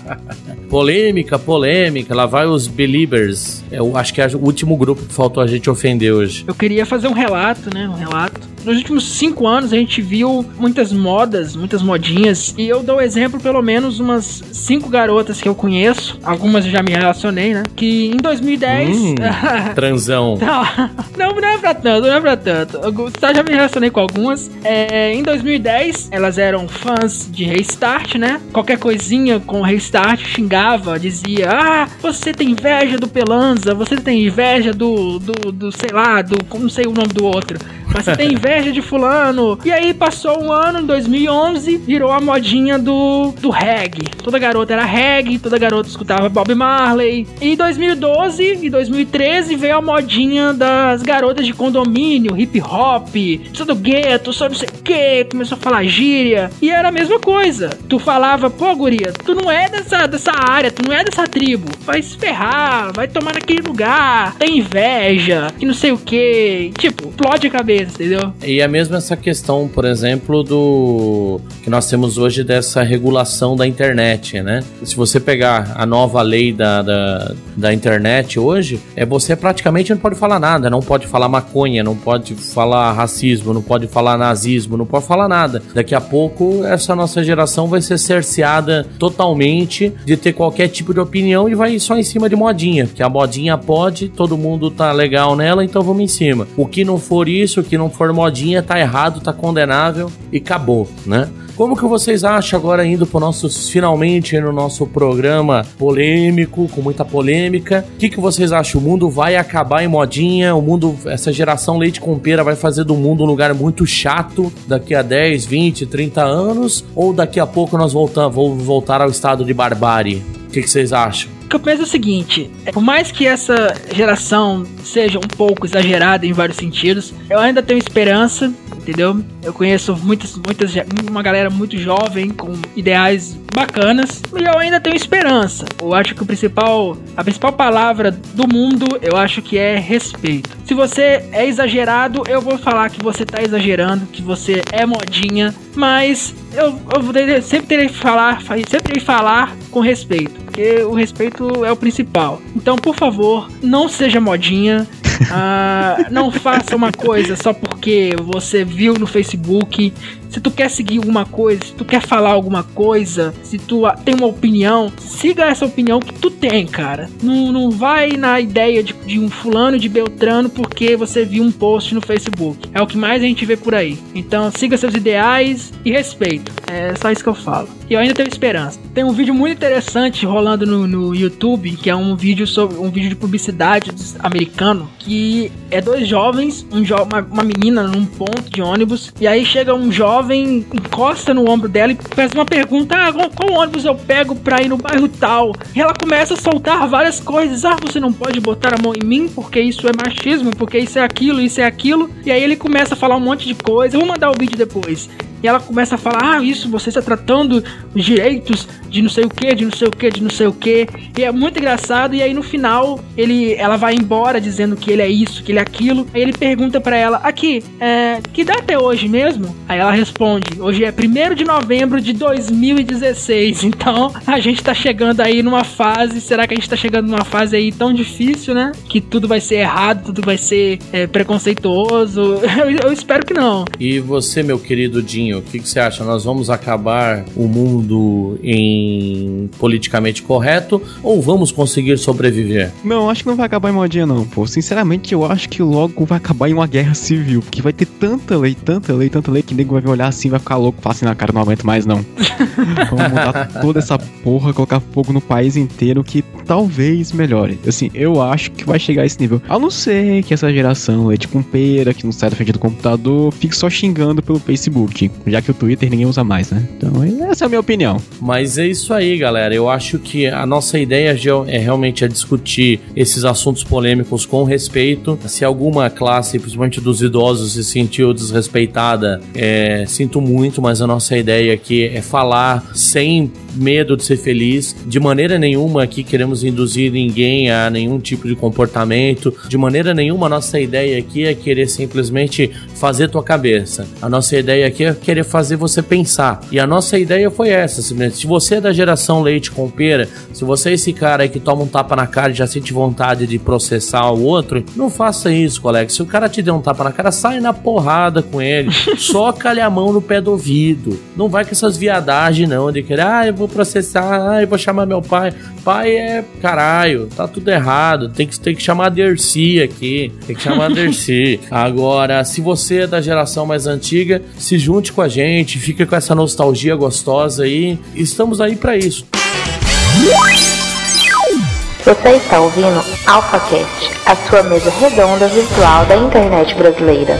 Polêmica, lá vai os Beliebers. Eu acho que é o último grupo que faltou a gente ofender hoje. Eu queria fazer um relato. Nos últimos 5 anos a gente viu muitas modas, muitas modinhas, e eu dou exemplo pelo menos umas 5 garotas que eu conheço, algumas eu já me relacionei, né, que em 2010... Transão. Não é pra tanto. Eu já me relacionei com algumas. Em 2010, elas eram fãs de Restart, né, qualquer coisinha com Restart xingava, dizia, você tem inveja do Pelanza, você tem inveja do sei lá, não sei o nome do outro, mas você tem inveja de fulano. E aí passou um ano, em 2011, virou a modinha do reggae. Toda garota era reggae, toda garota escutava Bob Marley. E em 2012 e 2013 veio a modinha das garotas de condomínio, hip hop, sou do gueto, sou não sei o que, começou a falar gíria. E era a mesma coisa. Tu falava, pô, guria, tu não é dessa área, tu não é dessa tribo. Vai se ferrar, vai tomar naquele lugar, tem inveja, que não sei o que. Tipo, explode a cabeça. coisas, entendeu? E é mesmo essa questão, por exemplo, do que nós temos hoje dessa regulação da internet, né? Se você pegar a nova lei da internet hoje, você praticamente não pode falar nada, não pode falar maconha, não pode falar racismo, não pode falar nazismo, não pode falar nada. Daqui a pouco, essa nossa geração vai ser cerceada totalmente de ter qualquer tipo de opinião e vai só em cima de modinha, porque a modinha pode, todo mundo tá legal nela, então vamos em cima. O que não for isso, o que não for modinha, tá errado, tá condenável e acabou, né? Como que vocês acham agora, indo pro finalmente no nosso programa polêmico, com muita polêmica, o que vocês acham? O mundo vai acabar em modinha? Essa geração leite com pera vai fazer do mundo um lugar muito chato daqui a 10, 20, 30 anos? Ou daqui a pouco nós vamos voltar ao estado de barbárie? O que vocês acham? O que eu penso é o seguinte, por mais que essa geração seja um pouco exagerada em vários sentidos, eu ainda tenho esperança, entendeu? Eu conheço uma galera muito jovem, com ideais bacanas, e eu ainda tenho esperança. Eu acho que a principal palavra do mundo, eu acho que é respeito. Se você é exagerado, eu vou falar que você tá exagerando, que você é modinha, mas eu sempre terei que falar com respeito, porque o respeito é o principal. Então, por favor, não seja modinha. Não faça uma coisa só porque você viu no Facebook. Se tu quer seguir alguma coisa, se tu quer falar alguma coisa, se tu tem uma opinião, siga essa opinião que tu tem, cara. Não vai na ideia de um fulano, de Beltrano, porque você viu um post no Facebook. É o que mais a gente vê por aí. Então siga seus ideais e respeito. É só isso que eu falo. E eu ainda tenho esperança. Tem um vídeo muito interessante rolando no YouTube, que é um vídeo de publicidade americano, que é dois jovens, uma menina num ponto de ônibus, e aí chega um jovem, encosta no ombro dela e faz uma pergunta: qual ônibus eu pego pra ir no bairro tal? E ela começa a soltar várias coisas: você não pode botar a mão em mim porque isso é machismo, porque isso é aquilo, e aí ele começa a falar um monte de coisa. Eu vou mandar o vídeo depois. E ela começa a falar: isso, você está tratando os direitos de não sei o que, de não sei o que, de não sei o que. E é muito engraçado. E aí no final ela vai embora dizendo que ele é isso, que ele é aquilo. Aí ele pergunta pra ela: aqui, que data é hoje mesmo? Aí ela responde: hoje é 1º de novembro de 2016. Então a gente tá chegando aí numa fase. Será que a gente tá chegando numa fase aí tão difícil, né? Que tudo vai ser errado, tudo vai ser preconceituoso. Eu espero que não. E você, meu querido Dinho, o que você acha? Nós vamos acabar o mundo em politicamente correto ou vamos conseguir sobreviver? Não, acho que não vai acabar em modinha não, pô. Sinceramente, eu acho que logo vai acabar em uma guerra civil, porque vai ter tanta lei, que nego vai olhar assim, vai ficar louco, fala assim na cara, não aguento mais não. Vamos mudar toda essa porra, colocar fogo no país inteiro, que talvez melhore. Assim, eu acho que vai chegar a esse nível. A não ser que essa geração leite com pera, que não sai da frente do computador, fique só xingando pelo Facebook, já que o Twitter ninguém usa mais, né? Então, essa é a minha opinião. Mas é isso aí, galera. Eu acho que a nossa ideia é realmente discutir esses assuntos polêmicos com respeito. Se alguma classe, principalmente dos idosos, se sentiu desrespeitada, sinto muito, mas a nossa ideia aqui é falar sem medo de ser feliz. De maneira nenhuma aqui queremos induzir ninguém a nenhum tipo de comportamento. De maneira nenhuma a nossa ideia aqui é querer simplesmente fazer tua cabeça. A nossa ideia aqui é querer fazer você pensar. E a nossa ideia foi essa. Se você é da geração leite com pera, se você é esse cara aí que toma um tapa na cara e já sente vontade de processar o outro, não faça isso, colega. Se o cara te der um tapa na cara, sai na porrada com ele. Soca-lhe a mão no pé do ouvido. Não vai com essas viadagens não, de querer, eu vou processar, eu vou chamar meu pai. Pai é caralho, tá tudo errado. Tem que chamar a Dercy aqui. Tem que chamar a Dercy. Agora, se você é da geração mais antiga, se junte com a gente, fica com essa nostalgia gostosa aí. Estamos aí pra isso. Você está ouvindo AlphaCast, a sua mesa redonda virtual da internet brasileira.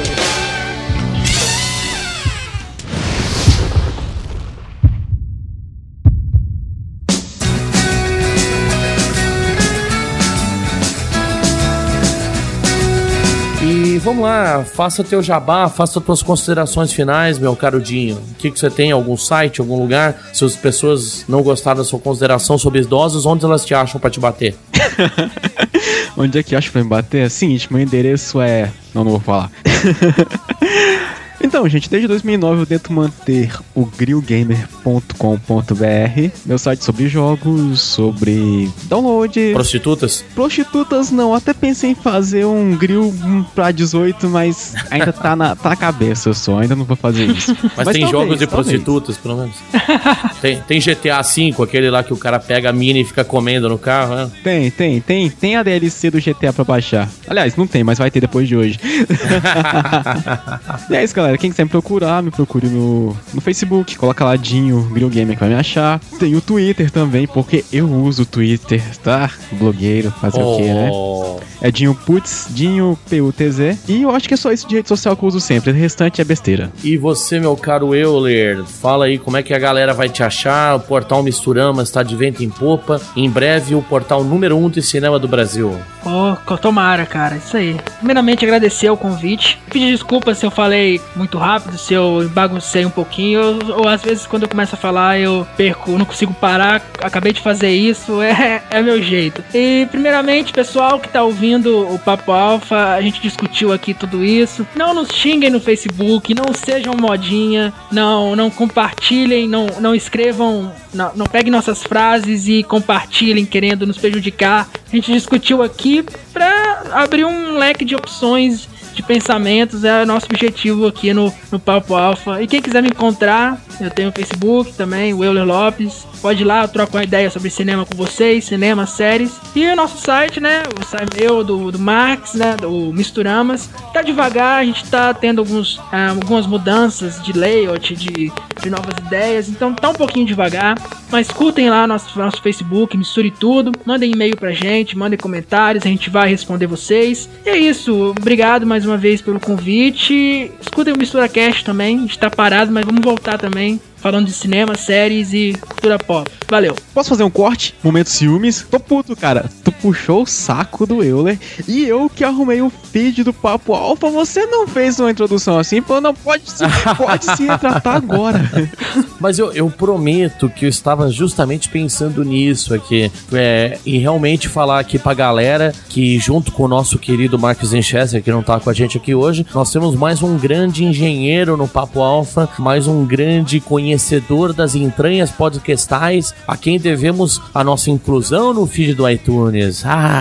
E vamos lá, faça teu jabá, faça tuas considerações finais, meu caro Dinho. O que você tem? Algum site, algum lugar? Se as pessoas não gostaram da sua consideração sobre idosos, onde elas te acham pra te bater? Onde é que acho pra me bater? É o seguinte, meu endereço é... Não vou falar. Então, gente, desde 2009 eu tento manter o grillgamer.com.br, meu site sobre jogos, sobre download. Prostitutas? Prostitutas não, até pensei em fazer um grill pra 18, mas ainda tá na cabeça só, ainda não vou fazer isso. Mas tem talvez, jogos de prostitutas, pelo menos? Tem GTA V, aquele lá que o cara pega a mina e fica comendo no carro, né? Tem a DLC do GTA pra baixar. Aliás, não tem, mas vai ter depois de hoje. E é isso, galera. Quem quiser me procurar, me procure no Facebook, coloca lá Dinho Grill Gamer que vai me achar. Tem o Twitter também, porque eu uso o Twitter, tá? Blogueiro, fazer o quê, né? É Dinho Putz, Dinho PUTZ. E eu acho que é só isso de rede social que eu uso sempre, o restante é besteira. E você, meu caro Euler, fala aí como é que a galera vai te achar. O portal Misturama está de vento em popa. Em breve, o portal número 1 de cinema do Brasil. Tomara, cara, isso aí. Primeiramente, agradecer o convite. Pedir desculpas se eu falei muito rápido, se eu baguncei um pouquinho, ou às vezes quando eu começo a falar eu perco, não consigo parar, acabei de fazer isso, é meu jeito. E primeiramente, pessoal que tá ouvindo o Papo Alfa, a gente discutiu aqui tudo isso, não nos xinguem no Facebook, não sejam modinha, não compartilhem, não escrevam, não peguem nossas frases e compartilhem querendo nos prejudicar. A gente discutiu aqui pra abrir um leque de opções de pensamentos, é nosso objetivo aqui no Papo Alfa. E quem quiser me encontrar, eu tenho o Facebook também, o Euler Lopes. Pode ir lá, eu troco uma ideia sobre cinema com vocês, cinema, séries. E o nosso site, né, o site meu, do Max, né, do Misturamas. Tá devagar, a gente tá tendo algumas mudanças de layout, de novas ideias, então tá um pouquinho devagar. Mas escutem lá nosso Facebook, Misture Tudo, mandem e-mail pra gente, mandem comentários, a gente vai responder vocês. E é isso, obrigado mais uma vez pelo convite. Escutem o MisturaCast também, a gente tá parado, mas vamos voltar também, falando de cinema, séries e cultura pop. Valeu. Posso fazer um corte? Momento ciúmes. Tô puto, cara. Tu puxou o saco do Euler e eu que arrumei o feed do Papo Alfa. Você não fez uma introdução assim, pô, não pode se retratar agora. Mas eu prometo que eu estava justamente pensando nisso aqui. E realmente falar aqui pra galera que junto com o nosso querido Marcos Winchester, que não tá com a gente aqui hoje, nós temos mais um grande engenheiro no Papo Alfa, mais um grande conhecedor das entranhas podcastais, a quem devemos a nossa inclusão no feed do iTunes.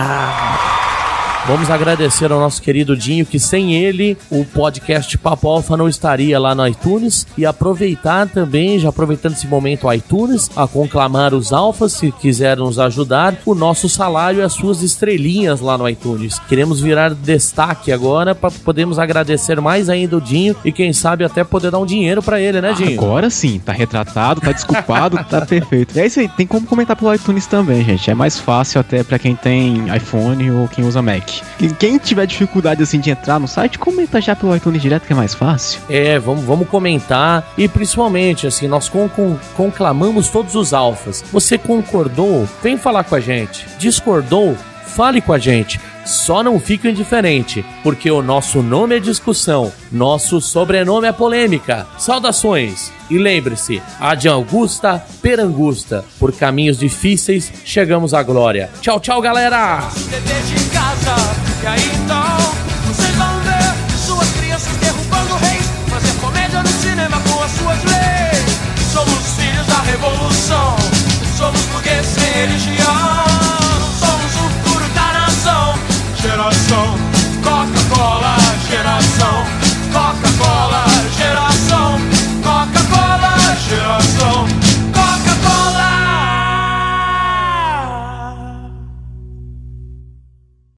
Vamos agradecer ao nosso querido Dinho, que sem ele o podcast Papo Alfa não estaria lá no iTunes, e aproveitar também, já aproveitando esse momento o iTunes, a conclamar os alfas, se quiserem nos ajudar, o nosso salário e as suas estrelinhas lá no iTunes. Queremos virar destaque agora para podermos agradecer mais ainda o Dinho e quem sabe até poder dar um dinheiro para ele, né, Dinho? Agora sim, tá retratado, tá desculpado, tá perfeito. É isso aí, tem como comentar pelo iTunes também, gente. É mais fácil até para quem tem iPhone ou quem usa Mac. Quem tiver dificuldade assim de entrar no site, comenta já pelo iTunes direto que é mais fácil. Vamos comentar. E principalmente, assim, nós conclamamos todos os alfas. Você concordou? Vem falar com a gente. Discordou? Fale com a gente. Só não fique indiferente, porque o nosso nome é discussão, nosso sobrenome é polêmica. Saudações! E lembre-se, ad Augusta per Angusta, por caminhos difíceis chegamos à glória. Tchau, tchau, galera! E aí então, vocês vão ver suas crianças derrubando reis, fazer comédia no cinema com as suas leis. Somos filhos da revolução, somos burgueses sem religião.